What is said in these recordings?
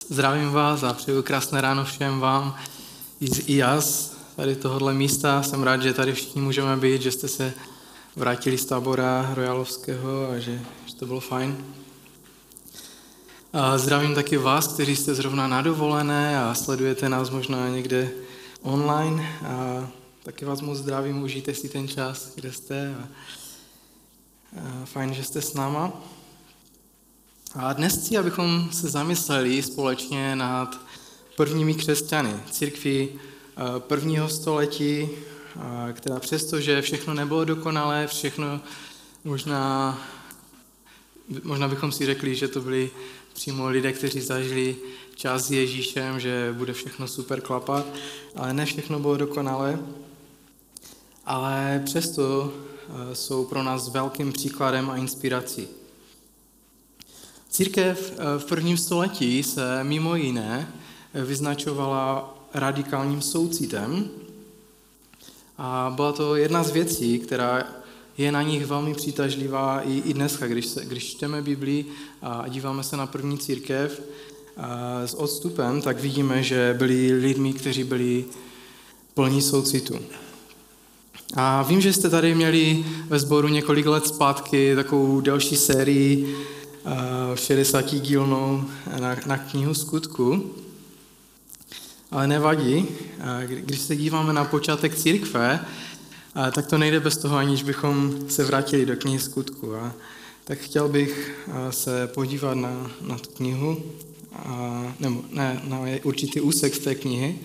Zdravím vás a přeju krásné ráno všem vám i já z tady tohohle místa. Jsem rád, že tady všichni můžeme být, že jste se vrátili z tábora Royalovského a že to bylo fajn. A zdravím taky vás, kteří jste zrovna na dovolené a sledujete nás možná někde online. A taky vás moc zdravím, užijte si ten čas, kde jste. A fajn, že jste s náma. A dnes chci, abychom se zamysleli společně nad prvními křesťany, církví prvního století, která přesto, že všechno nebylo dokonalé, všechno možná bychom si řekli, že to byli přímo lidé, kteří zažili čas s Ježíšem, že bude všechno super klapat, ale ne všechno bylo dokonalé. Ale přesto jsou pro nás velkým příkladem a inspirací. Církev v prvním století se mimo jiné vyznačovala radikálním soucitem a byla to jedna z věcí, která je na nich velmi přitažlivá i dneska, když čteme Biblii a díváme se na první církev s odstupem, tak vidíme, že byli lidmi, kteří byli plní soucitu. A vím, že jste tady měli ve sboru několik let zpátky takovou delší sérii 60dílnou na knihu Skutku, ale nevadí. Když se díváme na počátek církve, tak to nejde bez toho, aniž bychom se vrátili do knihy Skutku. Tak chtěl bych se podívat na tu knihu, nebo ne, na určitý úsek z té knihy.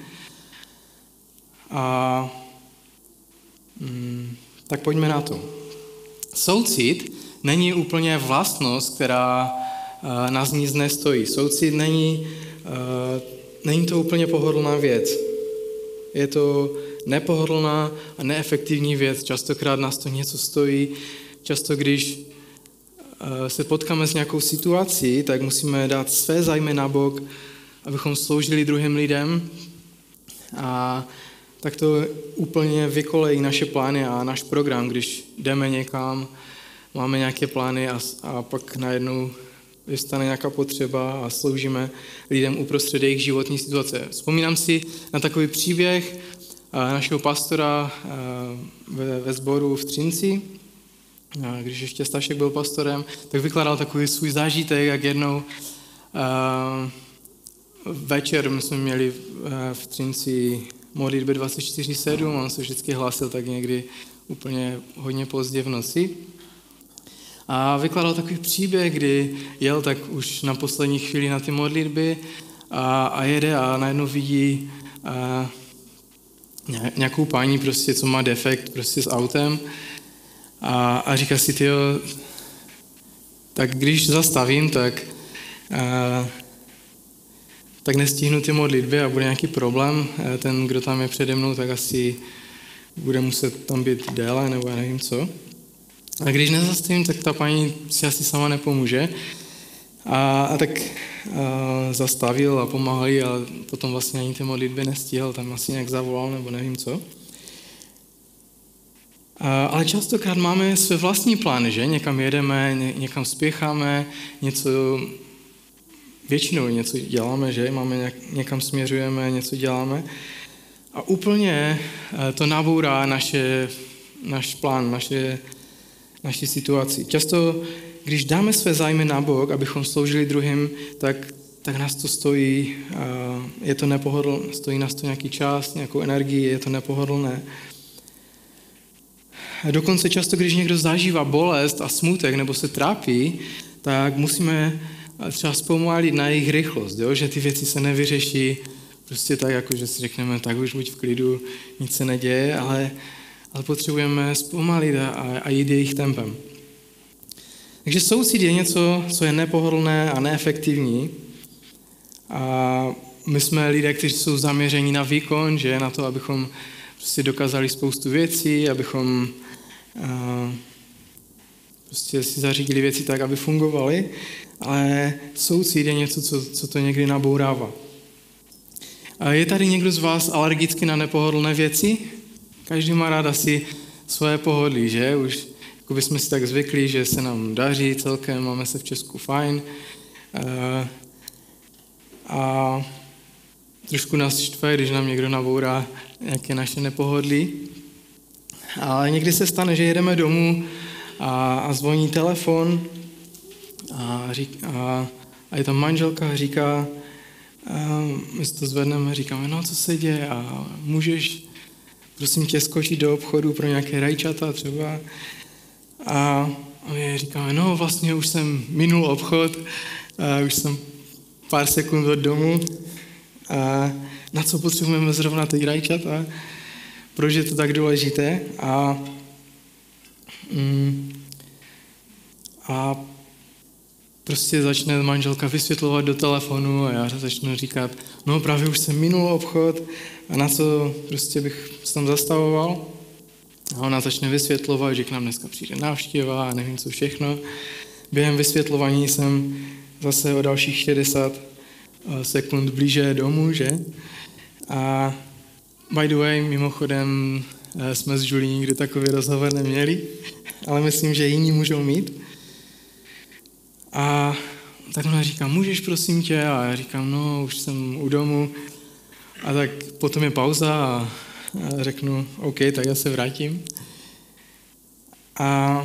Tak pojďme na to. Soucit není úplně vlastnost, která nás nic nestojí. Soucit není to úplně pohodlná věc. Je to nepohodlná a neefektivní věc. Častokrát nás to něco stojí. Často, když se potkáme s nějakou situací, tak musíme dát své zájmy na bok, abychom sloužili druhým lidem. A tak to úplně vykolejí naše plány a náš program, když jdeme někam, máme nějaké plány a pak najednou vystane nějaká potřeba a sloužíme lidem uprostřed jejich životní situace. Vzpomínám si na takový příběh našeho pastora ve sboru v Třinci, když ještě Stašek byl pastorem, tak vykládal takový svůj zážitek, jak jednou večer my jsme měli v Třinci modlitby 24/7, on se vždycky hlásil tak někdy úplně hodně pozdě v noci. A vykládal takový příběh, kdy jel tak už na poslední chvíli na ty modlitby a jede a najednou vidí nějakou paní, prostě, co má defekt prostě s autem a říká si, tyjo, tak když zastavím, tak nestihnu ty modlitby a bude nějaký problém. Ten, kdo tam je přede mnou, tak asi bude muset tam být déle, nebo já nevím co. A když nezastavím, tak ta paní si asi sama nepomůže. A tak zastavil a pomáhal jí, ale potom vlastně ani ty modlitby nestihl, tam asi nějak zavolal, nebo nevím co. Ale častokrát máme své vlastní plány, že? Někam jedeme, někam spěcháme, většinou něco děláme, že? Někam směřujeme, něco děláme. A úplně to nabourá náš plán, naši situaci. Často, když dáme své zájmy na bok, abychom sloužili druhým, tak nás to stojí, je to nepohodlné, stojí nás to nějaký čas, nějakou energii, je to nepohodlné. A dokonce často, když někdo zažívá bolest a smutek nebo se trápí, tak musíme třeba zpomalit na jejich rychlost, jo? Že ty věci se nevyřeší prostě tak, jako že si řekneme, tak už buď v klidu, nic se neděje, ale potřebujeme zpomalit a jít jejich tempem. Takže soucit je něco, co je nepohodlné a neefektivní. A my jsme lidé, kteří jsou zaměření na výkon, že na to, abychom prostě dokázali spoustu věcí, abychom prostě si zařídili věci tak, aby fungovaly, ale soucit je něco, co to někdy nabourává. A je tady někdo z vás alergický na nepohodlné věci? Každý má rád asi svoje pohodlí, že? Už jako bychom si tak zvykli, že se nám daří celkem, máme se v Česku fajn. a trošku nás štve, když nám někdo nabourá nějaké naše nepohodlí. Ale někdy se stane, že jedeme domů a zvoní telefon a je tam manželka a říká, my si to zvedneme a říkáme, no co se děje a můžeš prosím tě skočit do obchodu pro nějaké rajčata třeba. A my říkáme, no vlastně už jsem minul obchod, už jsem pár sekund od domu. A na co potřebujeme zrovna ty rajčata? Proč je to tak důležité? A prostě začne manželka vysvětlovat do telefonu a já začnu říkat, no právě už jsem minul obchod a na co prostě bych se tam zastavoval. A ona začne vysvětlovat, že k nám dneska přijde návštěva a nevím co všechno. Během vysvětlování jsem zase o dalších 60 sekund blíže domů, že? A by the way, mimochodem jsme s Julí nikdy takový rozhovor neměli, ale myslím, že jiní můžou mít. A tak ona říká, můžeš prosím tě? A já říkám, no už jsem u domu. A tak potom je pauza a řeknu, OK, tak já se vrátím. A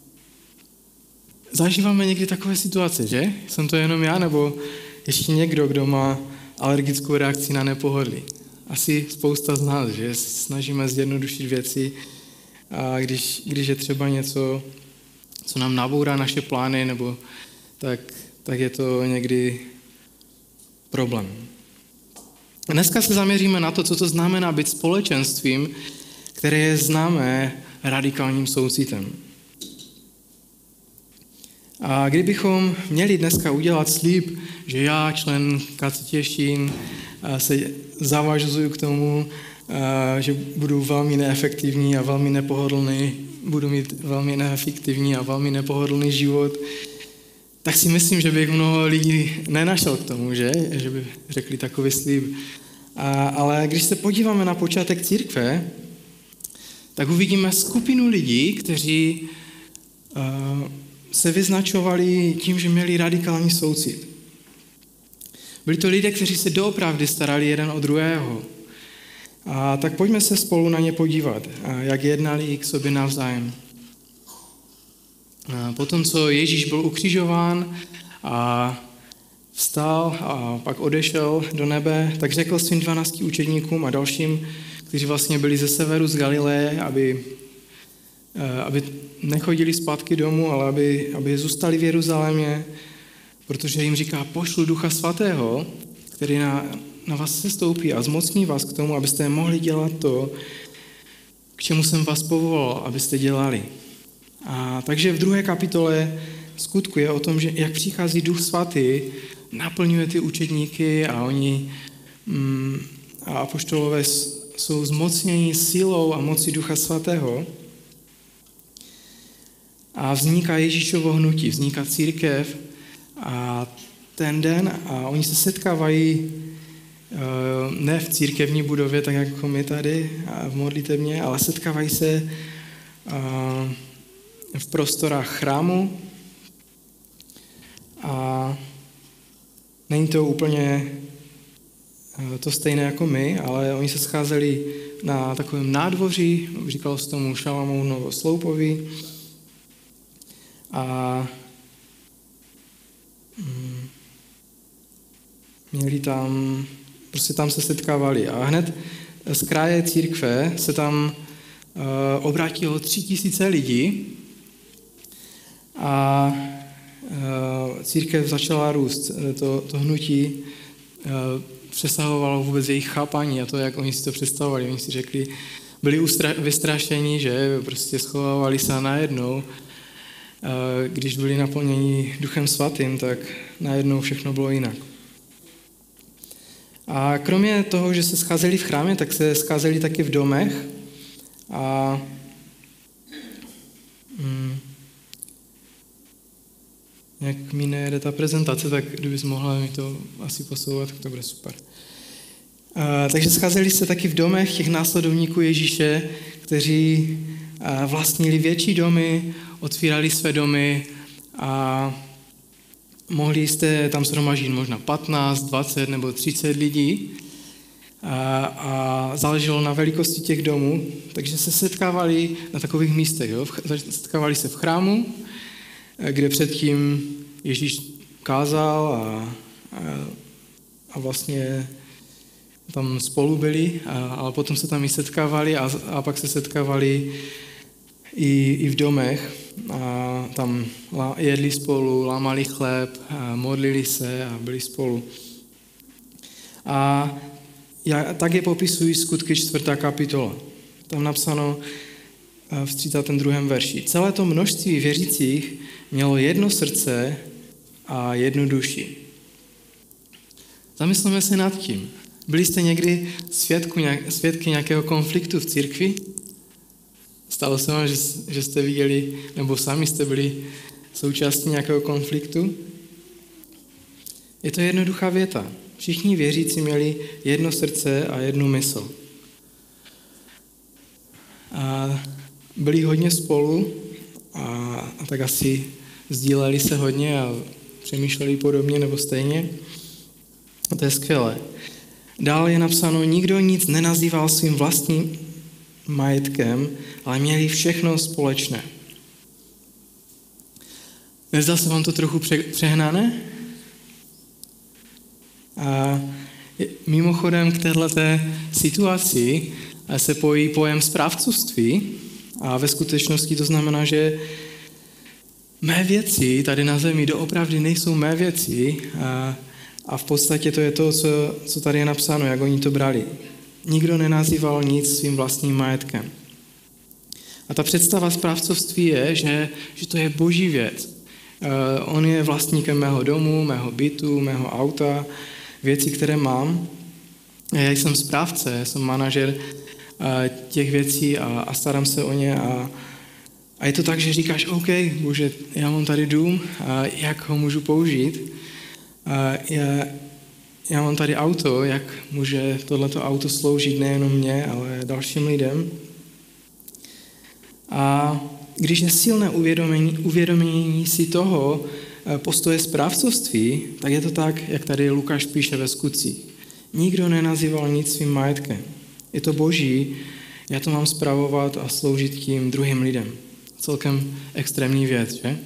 zažíváme někdy takové situace, že? Jsem to jenom já, nebo ještě někdo, kdo má alergickou reakci na nepohodlí. Asi spousta z nás, že snažíme zjednodušit věci a když je třeba něco, co nám nabourá naše plány, nebo tak je to někdy problém. Dneska se zaměříme na to, co to znamená být společenstvím, které je známé radikálním soucitem. A kdybychom měli dneska udělat slib, že já, člen KC Těšín, se zavažuji k tomu, že budu velmi neefektivní a velmi nepohodlný, budu mít velmi neefektivní a velmi nepohodlný život, tak si myslím, že bych mnoho lidí nenašel k tomu, že by řekli takový slib. Ale když se podíváme na počátek církve, tak uvidíme skupinu lidí, kteří se vyznačovali tím, že měli radikální soucit. Byli to lidé, kteří se doopravdy starali jeden o druhého. A tak pojďme se spolu na ně podívat, jak jednali k sobě navzájem. Potom, co Ježíš byl ukřižován a vstal a pak odešel do nebe, tak řekl svým 12 učedníkům a dalším, kteří vlastně byli ze severu z Galileje, aby nechodili zpátky domů, ale aby zůstali v Jeruzalémě, protože jim říká, pošlu Ducha Svatého, který na vás sestoupí a zmocní vás k tomu, abyste mohli dělat to, k čemu jsem vás povolal, abyste dělali. A takže v 2. kapitole skutku je o tom, že jak přichází Duch Svatý, naplňuje ty učedníky a oni a apoštolové jsou zmocněni silou a mocí Ducha Svatého. A vzniká Ježíšovo hnutí, vzniká církev a ten den a oni se setkávají ne v církevní budově, tak jako my tady v modlitevně, ale setkávají se v prostorách chrámu a není to úplně to stejné jako my, ale oni se scházeli na takovém nádvoří, říkalo se tomu Šalamounovo sloupoví a měli tam, prostě tam se setkávali a hned z kraje církve se tam obrátilo 3000 lidí a církev začala růst. To hnutí přesahovalo vůbec jejich chápání a to, jak oni si to představovali. Oni si řekli, byli vystrašeni, že prostě schovávali se najednou. Když byli naplněni Duchem Svatým, tak najednou všechno bylo jinak. A kromě toho, že se scházeli v chrámě, tak se scházeli taky v domech a jak mi nejde ta prezentace, tak kdybys mohla mi to asi posouvat, tak to bude super. Takže scházeli se taky v domech těch následovníků Ježíše, kteří vlastnili větší domy, otvírali své domy a mohli jste tam shromaždit možná 15, 20 nebo 30 lidí a záleželo na velikosti těch domů, takže se setkávali na takových místech. Jo? Setkávali se v chrámu, kde předtím Ježíš kázal a vlastně tam spolu byli, ale potom se tam i setkávali a pak se setkávali i v domech. A tam jedli spolu, lámali chléb, modlili se a byli spolu. A tak je popisují Skutky 4. kapitola. Tam napsáno v 32. verši. Celé to množství věřících mělo jedno srdce a jednu duši. Zamysleme se nad tím. Byli jste někdy svědky nějakého konfliktu v církvi? Stalo se vám, že jste viděli, nebo sami jste byli součástí nějakého konfliktu? Je to jednoduchá věta. Všichni věřící měli jedno srdce a jednu mysl. A byli hodně spolu a tak asi sdíleli se hodně a přemýšleli podobně nebo stejně. A to je skvělé. Dále je napsáno, nikdo nic nenazýval svým vlastním majetkem, ale měli všechno společné. Nezdá se vám to trochu přehnané? A mimochodem k této situaci se pojí pojem správcovství a ve skutečnosti to znamená, že mé věci tady na zemi doopravdy nejsou mé věci a v podstatě to je to, co tady je napsáno, jak oni to brali. Nikdo nenazýval nic svým vlastním majetkem. A ta představa správcovství je, že to je boží věc. On je vlastníkem mého domu, mého bytu, mého auta, věcí, které mám. Já jsem správce, jsem manažer těch věcí a starám se o ně. A je to tak, že říkáš, OK, bože, já mám tady dům, jak ho můžu použít? Já mám tady auto, jak může tohleto auto sloužit nejenom mě, ale dalším lidem. A když je silné uvědomění si toho postoje správcovství, tak je to tak, jak tady Lukáš píše ve Skutcích. Nikdo nenazýval nic svým majetkem. Je to boží, já to mám spravovat a sloužit tím druhým lidem. Celkem extrémní věc, že?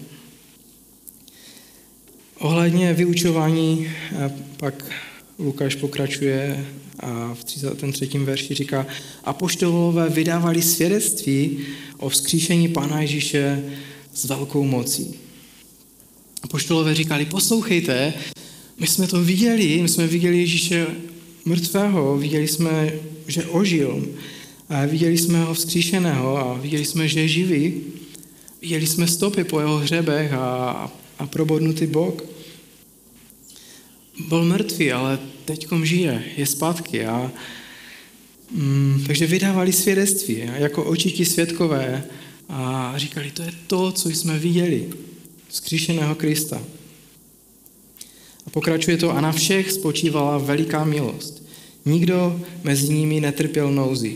Ohledně vyučování pak Lukáš pokračuje a v 33. verši říká, apoštolové vydávali svědectví o vzkříšení Pána Ježíše s velkou mocí. Apoštolové říkali, poslouchejte, my jsme to viděli, my jsme viděli Ježíše mrtvého, viděli jsme, že ožil, a viděli jsme ho vzkříšeného a viděli jsme, že je živý, viděli jsme stopy po jeho hřebech a probodnutý bok. Byl mrtvý, ale teďkom žije, je zpátky. Takže vydávali svědectví jako očití svědkové a říkali, to je to, co jsme viděli, vzkříšeného Krista. A pokračuje to, a na všech spočívala veliká milost. Nikdo mezi nimi netrpěl nouzi.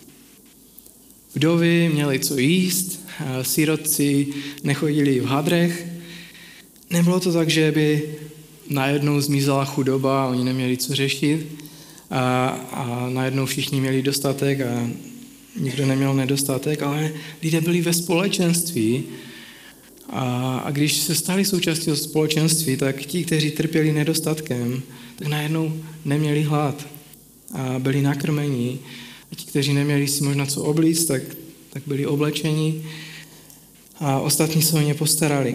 Vdovy měli co jíst, sirotci nechodili v hadrech. Nebylo to tak, že by najednou zmizela chudoba a oni neměli co řešit a najednou všichni měli dostatek a nikdo neměl nedostatek, ale lidé byli ve společenství a když se stali součástí společenství, tak ti, kteří trpěli nedostatkem, tak najednou neměli hlad a byli nakrmeni. A ti, kteří neměli si možná co oblíct, tak byli oblečeni a ostatní se o ně postarali.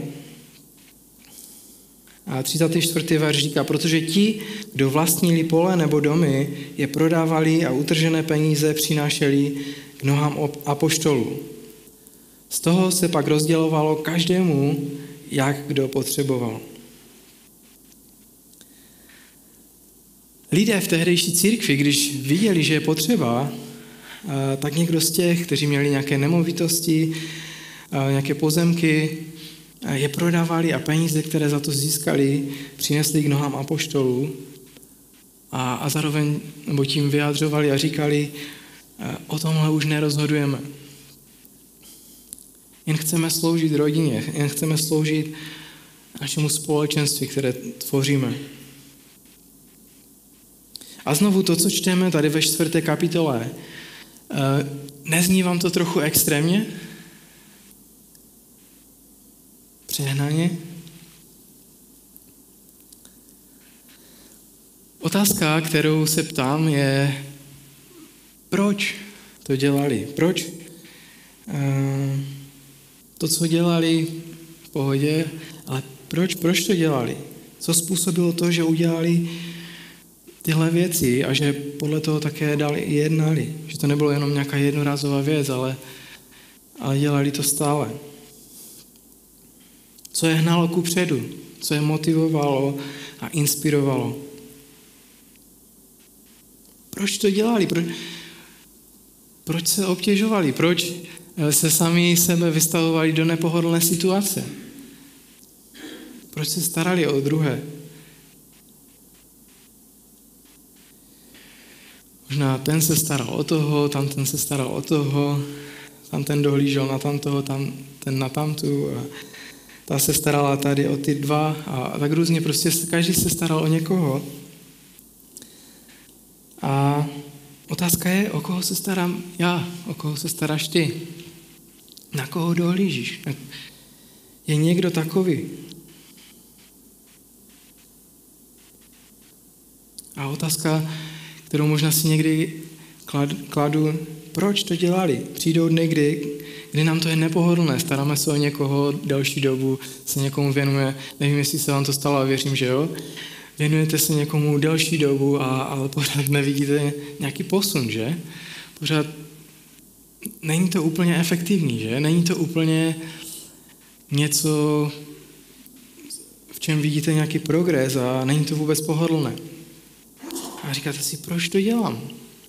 A 34. verš říká, protože ti, kdo vlastnili pole nebo domy, je prodávali a utržené peníze přinášeli k nohám apoštolů. Z toho se pak rozdělovalo každému, jak kdo potřeboval. Lidé v tehdejší církvi, když viděli, že je potřeba, tak někdo z těch, kteří měli nějaké nemovitosti, nějaké pozemky, je prodávali a peníze, které za to získali, přinesli k nohám apoštolů a zároveň nebo tím vyjadřovali a říkali, o tomhle už nerozhodujeme. Jen chceme sloužit rodině, jen chceme sloužit našemu společenství, které tvoříme. A znovu to, co čteme tady ve 4. kapitole, nezní vám to trochu extrémně? Přehnaně? Otázka, kterou se ptám, je, proč to dělali? Proč to, co dělali, v pohodě, ale proč to dělali? Co způsobilo to, že udělali tyhle věci a že podle toho také jednali? Že to nebylo jenom nějaká jednorázová věc, ale dělali to stále. Co je hnalo kupředu? Co je motivovalo a inspirovalo? Proč to dělali? Proč se obtěžovali? Proč se sami sebe vystavovali do nepohodlné situace? Proč se starali o druhé? Možná ten se staral o toho, ten se staral o toho, tam ten dohlížel na tamtoho, ten na tamtu a ta se starala tady o ty dva a tak různě prostě každý se staral o někoho. A otázka je, o koho se starám já, o koho se staráš ty, na koho dohlížíš. Je někdo takový? A otázka, kterou možná si někdy kladu, proč to dělali? Přijdou dny, kdy nám to je nepohodlné, staráme se o někoho delší dobu, se někomu věnuje, nevím, jestli se vám to stalo, a věřím, že jo, věnujete se někomu delší dobu, ale pořád nevidíte nějaký posun, že? Pořád není to úplně efektivní, že? Není to úplně něco, v čem vidíte nějaký progres a není to vůbec pohodlné. A říkáte si, proč to dělám?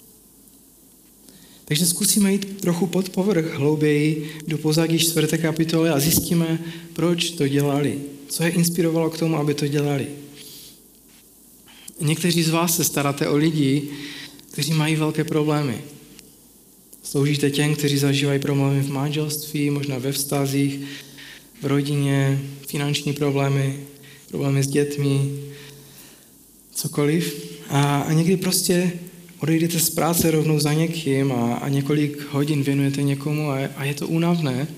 Takže zkusíme jít trochu pod povrch, hlouběji do pozadí 4. kapitoly a zjistíme, proč to dělali. Co je inspirovalo k tomu, aby to dělali. Někteří z vás se staráte o lidi, kteří mají velké problémy. Sloužíte těm, kteří zažívají problémy v manželství, možná ve vztazích, v rodině, finanční problémy, problémy s dětmi, cokoliv. A někdy prostě odejdete z práce rovnou za někým a několik hodin věnujete někomu a je to únavné.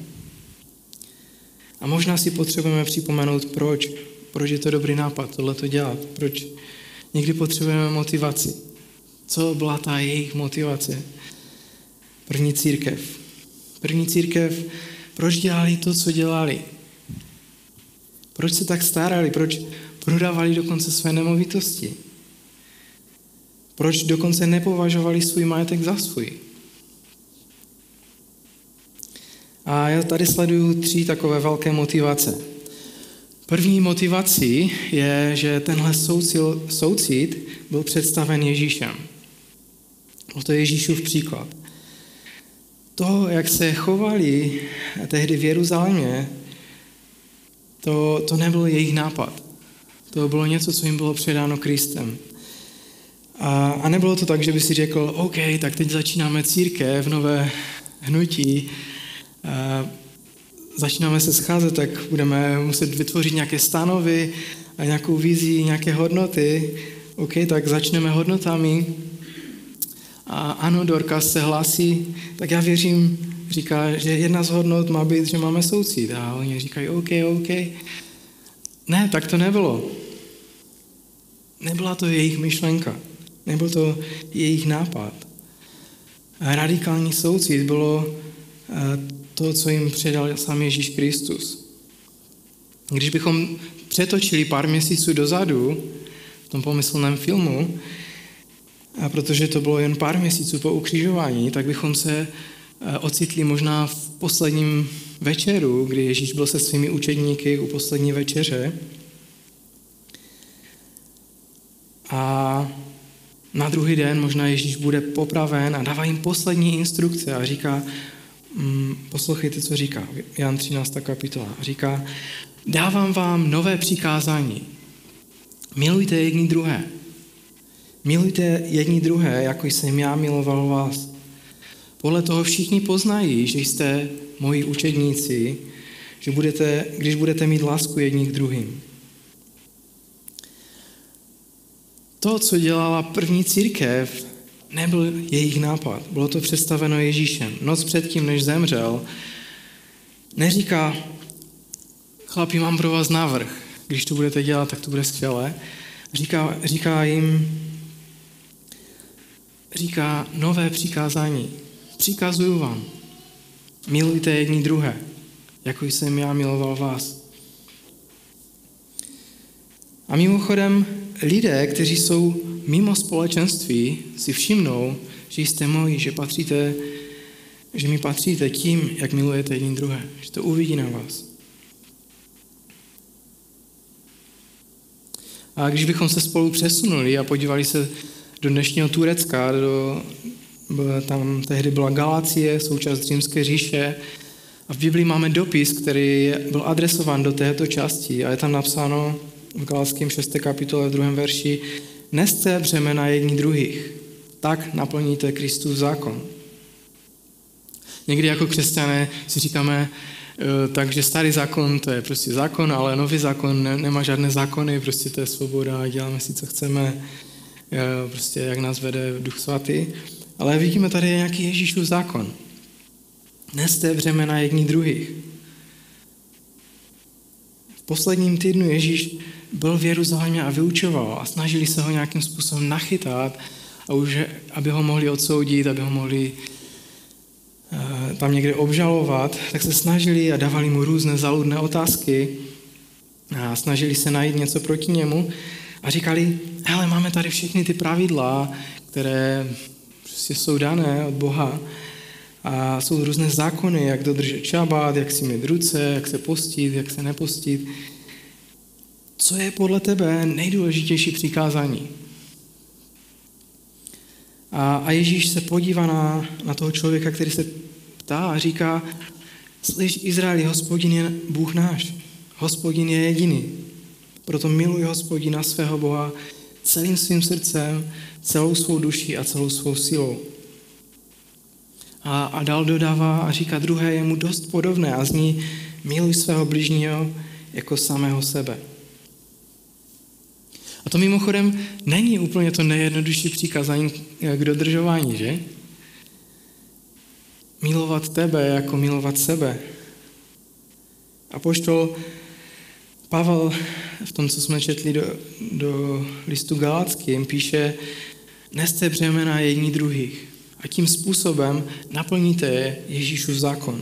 A možná si potřebujeme připomenout, proč je to dobrý nápad tohleto dělat, proč někdy potřebujeme motivaci. Co byla ta jejich motivace? První církev, proč dělali to, co dělali? Proč se tak starali? Proč prodávali dokonce své nemovitosti? Proč dokonce nepovažovali svůj majetek za svůj? A já tady sleduju 3 takové velké motivace. První motivací je, že tenhle soucit byl představen Ježíšem. Byl to Ježíšův příklad. To, jak se chovali tehdy v Jeruzalémě, to nebyl jejich nápad. To bylo něco, co jim bylo předáno Kristem. A nebylo to tak, že by si řekl, OK, tak teď začínáme církev, nové hnutí, začínáme se scházet, tak budeme muset vytvořit nějaké stanovy a nějakou vizi, nějaké hodnoty. OK, tak začneme hodnotami. A ano, Dorcas se hlásí, tak já věřím, říká, že jedna z hodnot má být, že máme soucit. A oni říkají, OK. Ne, tak to nebylo. Nebyla to jejich myšlenka. Nebyl to jejich nápad. Radikální soucit bylo to, co jim předal sám Ježíš Kristus. Když bychom přetočili pár měsíců dozadu v tom pomyslném filmu, a protože to bylo jen pár měsíců po ukřižování, tak bychom se ocitli možná v posledním večeru, kdy Ježíš byl se svými učedníky u poslední večeře. A na druhý den možná Ježíš bude popraven a dává jim poslední instrukce a říká, poslouchejte, co říká, Jan 13. kapitola, říká, dávám vám nové přikázání, milujte jedni druhé. Milujte jedni druhé, jako jsem já miloval vás. Podle toho všichni poznají, že jste moji učedníci, že když budete mít lásku jedni k druhým. To, co dělala první církev, nebyl jejich nápad. Bylo to představeno Ježíšem. Noc předtím, než zemřel, neříká, chlapi, mám pro vás návrh. Když to budete dělat, tak to bude skvělé. Říká nové přikázání. Přikazuju vám. Milujte jedni druhé, jako jsem já miloval vás. A mimochodem, lidé, kteří jsou mimo společenství, si všimnou, že jste moji, že mi patříte tím, jak milujete jedni druhé. Že to uvidí na vás. A když bychom se spolu přesunuli a podívali se do dnešního Turecka, tam tehdy byla Galácie, součást Římské říše, a v Biblii máme dopis, který byl adresován do této části a je tam napsáno v Galatském 6. kapitole v 2. verši: Neste břemena jedni druhých, tak naplníte Kristův zákon. Někdy jako křesťané si říkáme, takže starý zákon to je prostě zákon, ale nový zákon nemá žádné zákony, prostě to je svoboda, děláme si, co chceme, prostě jak nás vede Duch Svatý. Ale vidíme tady nějaký Ježíšův zákon. Neste břemena jedni druhých. V posledním týdnu Ježíš byl v Jeruzalémě a vyučoval a snažili se ho nějakým způsobem nachytat, a už, aby ho mohli odsoudit, aby ho mohli tam někde obžalovat, tak se snažili a dávali mu různé zaludné otázky a snažili se najít něco proti němu a říkali, hele, máme tady všechny ty pravidla, které prostě jsou dané od Boha a jsou různé zákony, jak dodržet šabát, jak si mít ruce, jak se postit, jak se nepostit. Co je podle tebe nejdůležitější přikázání? A Ježíš se podívá na toho člověka, který se ptá a říká, slyš Izraeli, Hospodin je Bůh náš, Hospodin je jediný. Proto miluj Hospodina svého Boha celým svým srdcem, celou svou duší a celou svou silou. A dál dodává a říká, druhé je mu dost podobné a zní, miluj svého bližního jako samého sebe. A to mimochodem není úplně to nejjednodušší přikázání k dodržování, že? Milovat tebe jako milovat sebe. Apoštol Pavel v tom, co jsme četli do listu Galatským, píše, neste břemena jedni druhých a tím způsobem naplníte Ježíšův zákon.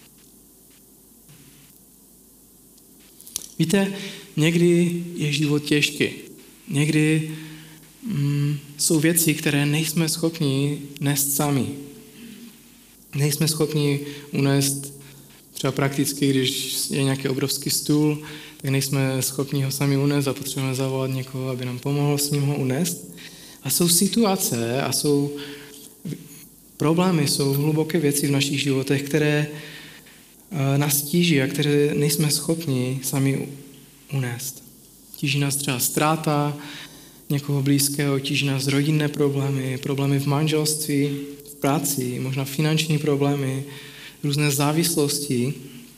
Víte, někdy je život těžký. Někdy jsou věci, které nejsme schopni nést sami. Nejsme schopni unést třeba prakticky, když je nějaký obrovský stůl, tak nejsme schopni ho sami unést a potřebujeme zavolat někoho, aby nám pomohl s ním ho unést. A jsou situace a jsou problémy, jsou hluboké věci v našich životech, které nás tíží a které nejsme schopni sami unést. Tíží nás třeba ztráta někoho blízkého, tíží nás rodinné problémy, problémy v manželství, v práci, možná finanční problémy, různé závislosti.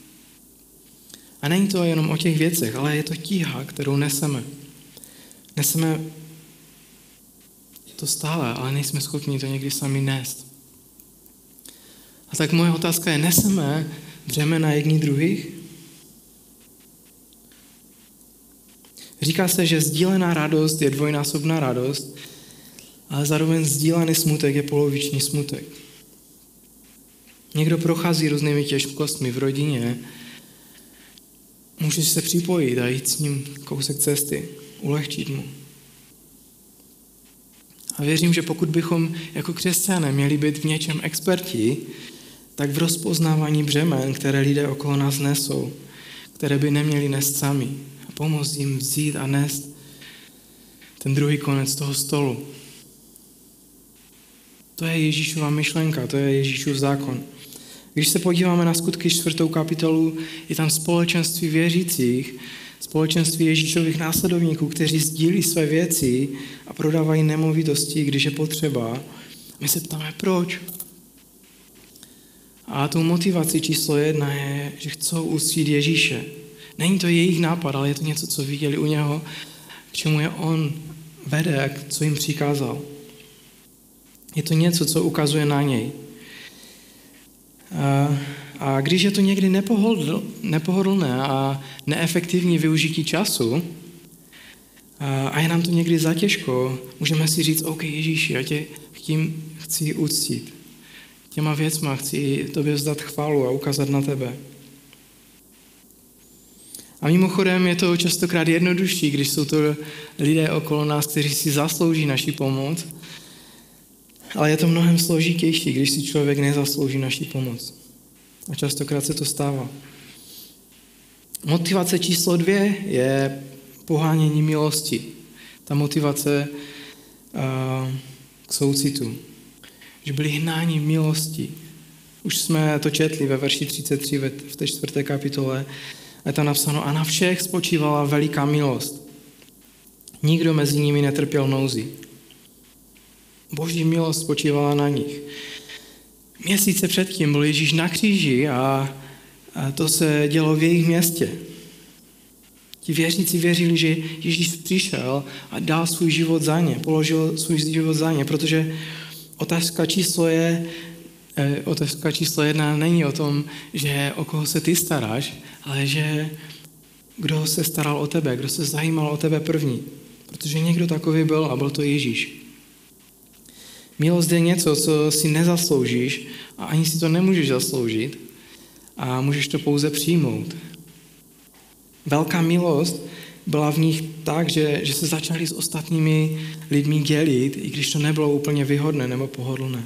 A není to jenom o těch věcech, ale je to tíha, kterou neseme. Neseme to stále, ale nejsme schopni to někdy sami nést. A tak moje otázka je, neseme břemena jedni druhých? Říká se, že sdílená radost je dvojnásobná radost, ale zároveň sdílený smutek je poloviční smutek. Někdo prochází různými těžkostmi v rodině, můžeš se připojit a jít s ním kousek cesty, ulehčit mu. A věřím, že pokud bychom jako křesťané měli být v něčem experti, tak v rozpoznávání břemen, které lidé okolo nás nesou, které by neměli nést sami, a pomoct jim vzít a nést ten druhý konec toho stolu. To je Ježíšova myšlenka, to je Ježíšův zákon. Když se podíváme na Skutky 4. kapitolu, je tam společenství věřících, společenství Ježíšových následovníků, kteří sdílí své věci a prodávají nemovitosti, když je potřeba. My se ptáme, proč? A tou motivací číslo 1 je, že chcou uctít Ježíše. Není to jejich nápad, ale je to něco, co viděli u něho, k čemu je on vede, co jim přikázal. Je to něco, co ukazuje na něj. A když je to někdy nepohodlné a neefektivní využití času, a je nám to někdy zatěžko, můžeme si říct, OK, Ježíši, já tě chci uctít. Těma věcma chci tobě vzdat chválu a ukázat na tebe. A mimochodem je to častokrát jednodušší, když jsou to lidé okolo nás, kteří si zaslouží naši pomoc, ale je to mnohem složitější, když si člověk nezaslouží naši pomoc. A častokrát se to stává. Motivace číslo 2 je pohánění milosti. Ta motivace k soucitu. Že byli hnáni milosti. Už jsme to četli ve verši 33 v té 4. kapitole. A je tam napsáno, a na všech spočívala veliká milost. Nikdo mezi nimi netrpěl nouzi. Boží milost spočívala na nich. Měsíce předtím byl Ježíš na kříži a to se dělo v jejich městě. Ti věřníci věřili, že Ježíš přišel a dal svůj život za ně, položil svůj život za ně, protože otázka číslo 1 není o tom, že o koho se ty staráš, ale že kdo se staral o tebe, kdo se zajímal o tebe první. Protože někdo takový byl a byl to Ježíš. Milost je něco, co si nezasloužíš a ani si to nemůžeš zasloužit a můžeš to pouze přijmout. Velká milost byla v nich tak, že se začali s ostatními lidmi dělit, i když to nebylo úplně výhodné nebo pohodlné.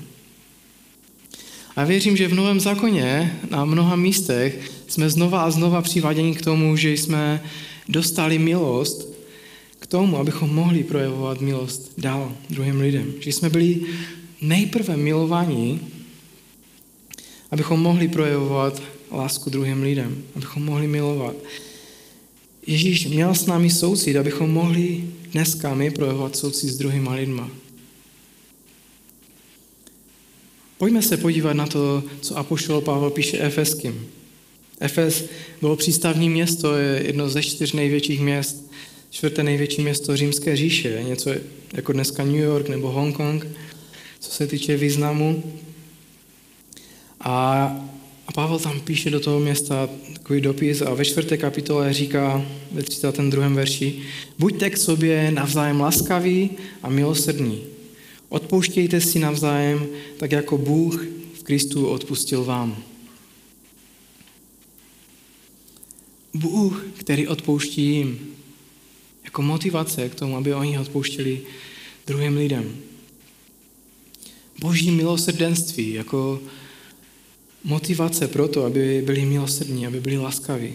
A věřím, že v Novém zákoně na mnoha místech jsme znova a znova přiváděni k tomu, že jsme dostali milost k tomu, abychom mohli projevovat milost dál druhým lidem. Že jsme byli nejprve milovaní, abychom mohli projevovat lásku druhým lidem, abychom mohli milovat. Ježíš měl s námi soucit, abychom mohli dneska my projevovat soucit s druhýma lidma. Pojďme se podívat na to, co apoštol Pavel píše Efeským. Efes bylo přístavní město, je jedno ze 4 největších měst, 4. největší město Římské říše, něco jako dneska New York nebo Hongkong, co se týče významu. A Pavel tam píše do toho města takový dopis a ve 4. kapitole říká ve 32. verši: buďte k sobě navzájem laskaví a milosrdní. Odpouštějte si navzájem, tak jako Bůh v Kristu odpustil vám. Bůh, který odpouští jim, jako motivace k tomu, aby oni odpouštěli druhým lidem. Boží milosrdenství jako motivace pro to, aby byli milosrdní, aby byli laskaví.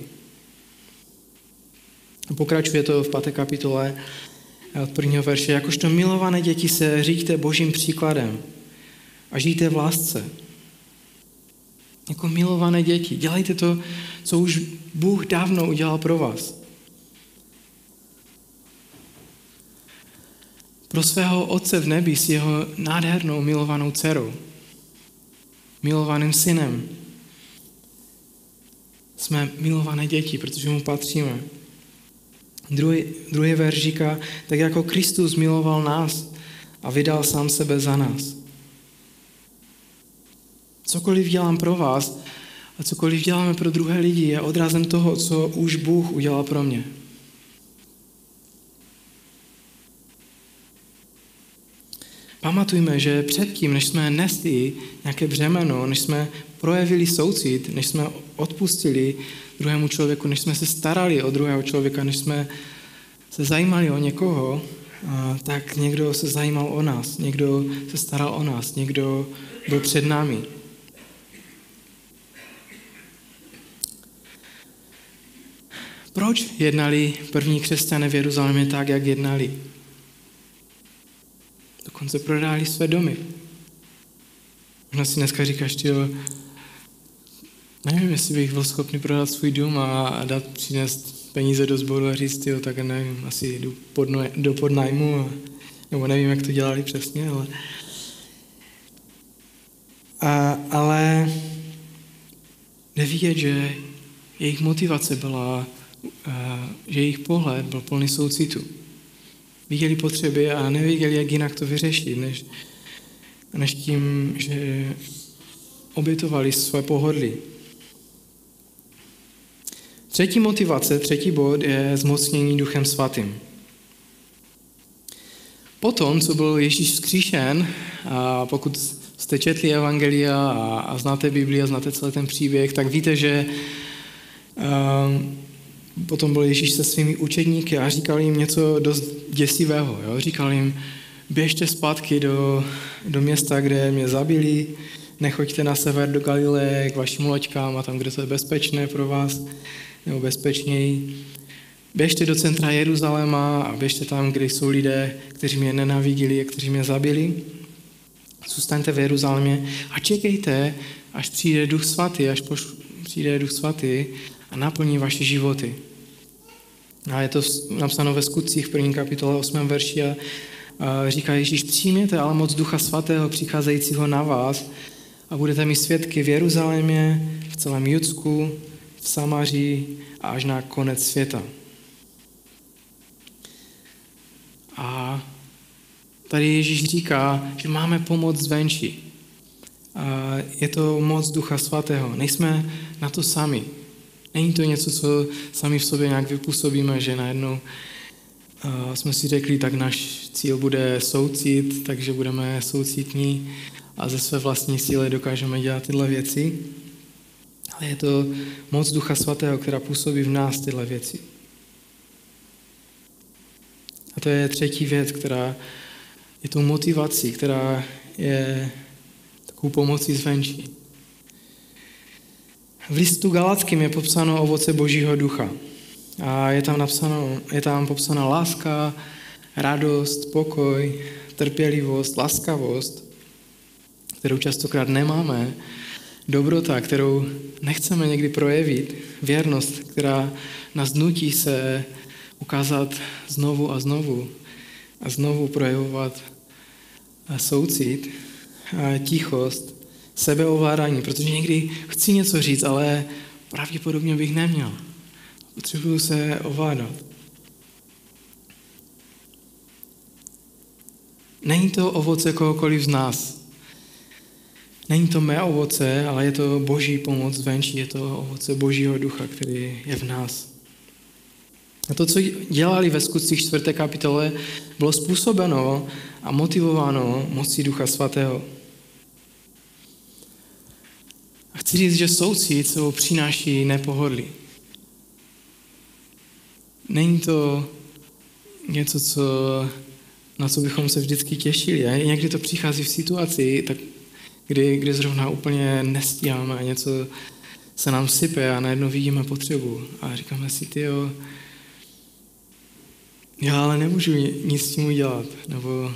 Pokračuje to v 5. kapitole od 1. verše. Jakožto milované děti se říďte Božím příkladem a žijte v lásce. Jako milované děti. Dělejte to, co už Bůh dávno udělal pro vás. Pro svého Otce v nebi s jeho nádhernou milovanou dcerou, milovaným synem. Jsme milované děti, protože mu patříme. Druhý verš říká, tak jako Kristus miloval nás a vydal sám sebe za nás. Cokoliv dělám pro vás a cokoliv děláme pro druhé lidi je odrazem toho, co už Bůh udělal pro mě. Pamatujme, že předtím, než jsme nesli nějaké břemeno, než jsme projevili soucit, než jsme odpustili druhému člověku, než jsme se starali o druhého člověka, než jsme se zajímali o někoho, tak někdo se zajímal o nás, někdo se staral o nás, někdo byl před námi. Proč jednali první křesťané v Jeruzalémě tak, jak jednali? Dokonce prodali své domy. Možná si dneska říkáš, nevím, jestli bych byl schopný prodat svůj dům a přinést peníze do sboru a říct, tak nevím, asi jdu do podnájmu, nebo nevím, jak to dělali přesně, ale jde vidět, že jejich motivace byla, že jejich pohled byl plný soucitu. Viděli potřeby a nevěděli, jak jinak to vyřešit, než tím, že obětovali své pohodlí. Třetí motivace, třetí bod je zmocnění Duchem Svatým. Potom, co byl Ježíš vzkříšen, a pokud jste četli evangelia a znáte Bibli a znáte celý ten příběh, tak víte, že potom byl Ježíš se svými učedníky a říkal jim něco dost děsivého. Jo? Říkal jim, běžte zpátky do města, kde mě zabili, nechoďte na sever do Galileje k vašim loďkám a tam, kde to je bezpečné pro vás, nebo bezpečněji. Běžte do centra Jeruzaléma a běžte tam, kde jsou lidé, kteří mě nenáviděli a kteří mě zabili. Zůstaňte v Jeruzalémě a čekejte, až přijde Duch Svatý, přijde Duch Svatý a naplní vaše životy. A je to napsáno ve Skutcích, 1. kapitole 8. verši a říká Ježíš, přijměte ale moc Ducha Svatého přicházejícího na vás a budete mi svědky v Jeruzalémě, v celém Judsku, v Samaří a až na konec světa. A tady Ježíš říká, že máme pomoc zvenčí. A je to moc Ducha Svatého. Nejsme na to sami. Není to něco, co sami v sobě nějak vypůsobíme, že najednou jsme si řekli, tak náš cíl bude soucit, takže budeme soucitní a ze své vlastní síly dokážeme dělat tyhle věci. Ale je to moc Ducha Svatého, která působí v nás tyhle věci. A to je třetí věc, která je tou motivací, která je takovou pomocí zvenčí. V listu Galackým je popsáno ovoce Božího ducha. A je tam popsána láska, radost, pokoj, trpělivost, laskavost, kterou častokrát nemáme, dobrota, kterou nechceme někdy projevit, věrnost, která nás nutí se ukázat znovu a znovu projevovat soucit, tichost, sebeovládání, protože někdy chci něco říct, ale pravděpodobně bych neměl. Potřebuju se ovládat. Není to ovoce kohokoliv z nás. Není to mé ovoce, ale je to Boží pomoc zvenčí, je to ovoce Božího ducha, který je v nás. A to, co dělali ve Skutcích 4. kapitole, bylo způsobeno a motivováno mocí Ducha Svatého. A chci říct, že soucit sebou přináší nepohodlí. Není to něco, na co bychom se vždycky těšili. A někdy to přichází v situaci, kdy zrovna úplně nestíháme a něco se nám sype a najednou vidíme potřebu. A říkáme si, já ale nemůžu nic s tím udělat. Nebo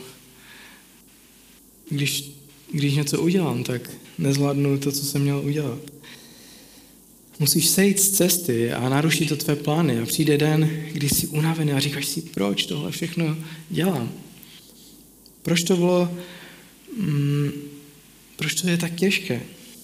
když něco udělám, tak nezvládnu to, co jsem měl udělat. Musíš sejít z cesty a narušit to tvé plány a přijde den, kdy jsi unavený a říkáš si, proč tohle všechno dělám? Proč to je tak těžké?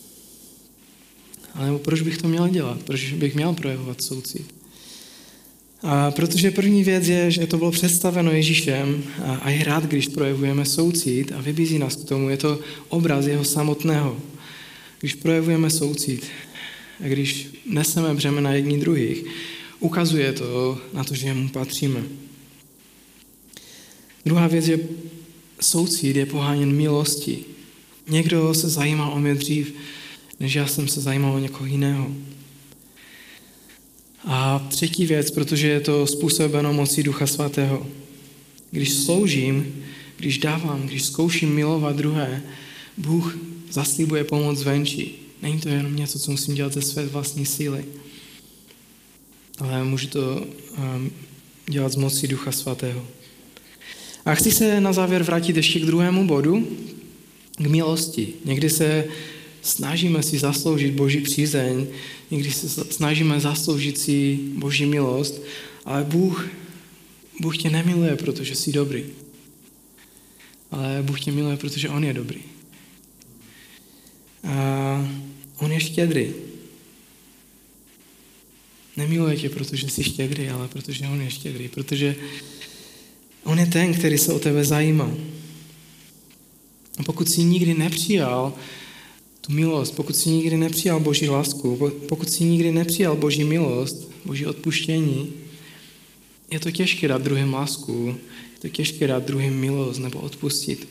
Ale proč bych to měl dělat? Proč bych měl projevovat soucit? A protože první věc je, že to bylo představeno Ježíšem a je rád, když projevujeme soucit a vybízí nás k tomu. Je to obraz jeho samotného. Když projevujeme soucit a když neseme břemena jedni druhých, ukazuje to na to, že mu patříme. Druhá věc je, soucit je poháněn milostí. Někdo se zajímal o mě dřív, než já jsem se zajímal o někoho jiného. A třetí věc, protože je to způsobeno mocí Ducha Svatého. Když sloužím, když dávám, když zkouším milovat druhé, Bůh zaslibuje pomoc zvenčí. Není to jenom něco, co musím dělat ze své vlastní síly, ale můžu to dělat z mocí Ducha Svatého. A chci se na závěr vrátit ještě k druhému bodu, k milosti. Někdy se snažíme si zasloužit Boží přízeň, někdy se snažíme zasloužit si Boží milost, ale Bůh tě nemiluje, protože jsi dobrý. Ale Bůh tě miluje, protože On je dobrý. A On je štědrý. Nemiluje tě, protože jsi štědrý, ale protože On je štědrý. Protože On je ten, který se o tebe zajímá. A pokud jsi nikdy nepřijal tu milost, pokud jsi nikdy nepřijal Boží lásku, pokud jsi nikdy nepřijal Boží milost, Boží odpuštění, je to těžké dát druhým lásku, je to těžké dát druhým milost nebo odpustit.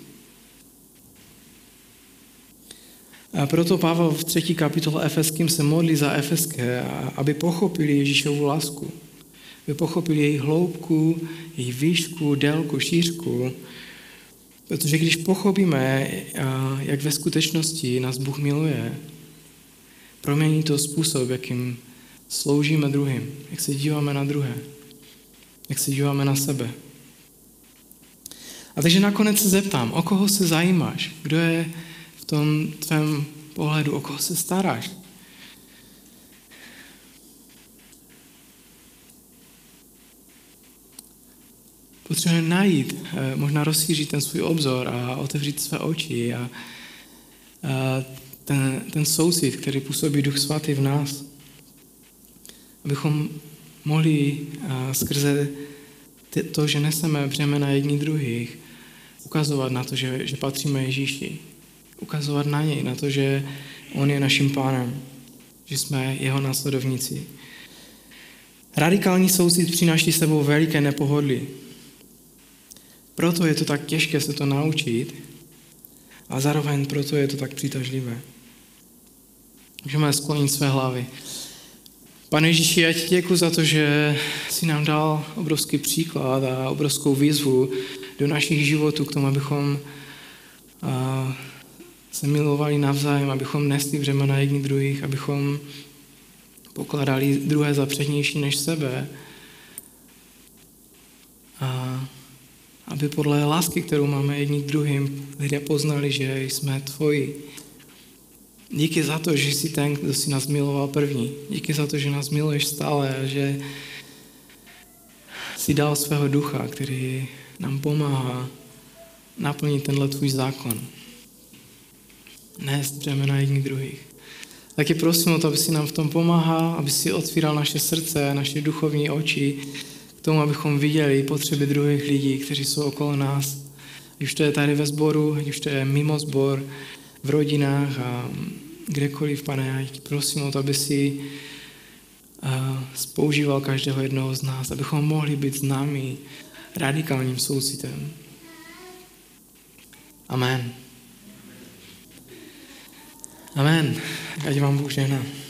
A proto Pavel v 3. kapitole Efeským se modlí za Efeské, aby pochopili Ježíšovu lásku, aby pochopili její hloubku, její výšku, délku, šířku. Protože když pochopíme, jak ve skutečnosti nás Bůh miluje, promění to způsob, jakým sloužíme druhým, jak se díváme na druhé, jak se díváme na sebe. A takže nakonec se zeptám, o koho se zajímáš? Kdo je v tom tvém pohledu, o koho se staráš? Potřebujeme najít, možná rozšířit ten svůj obzor a otevřít své oči a ten soucit, který působí Duch Svatý v nás, abychom mohli skrze to, že neseme břemena jedni druhých, ukazovat na to, že patříme Ježíši. Ukazovat na něj, na to, že on je naším pánem, že jsme jeho následovníci. Radikální soucit přináší sebou veliké nepohodlí. Proto je to tak těžké se to naučit a zároveň proto je to tak přitažlivé. Můžeme sklonit své hlavy. Pane Ježíši, já ti děkuji za to, že jsi nám dal obrovský příklad a obrovskou výzvu do našich životů k tomu, abychom se milovali navzájem, abychom nesli břemena jedni druhých, abychom pokládali druhé za přednější než sebe. A aby podle lásky, kterou máme jedni k druhým, lidé poznali, že jsme tvoji. Díky za to, že jsi ten, kdo si nás miloval první. Díky za to, že nás miluješ stále a že jsi dal svého ducha, který nám pomáhá naplnit tenhle tvůj zákon. Nést břemena jedních druhých. Taky prosím o to, aby si nám v tom pomáhal, aby si otvíral naše srdce, naše duchovní oči k tomu, abychom viděli potřeby druhých lidí, kteří jsou okolo nás. Ať už to je tady ve sboru, ať už to je mimo sbor, v rodinách a kdekoliv, Pane, já ti prosím o to, aby si používal každého jednoho z nás, abychom mohli být známi radikálním soucitem. Amen. Amen. Ať vám Bůh žehná.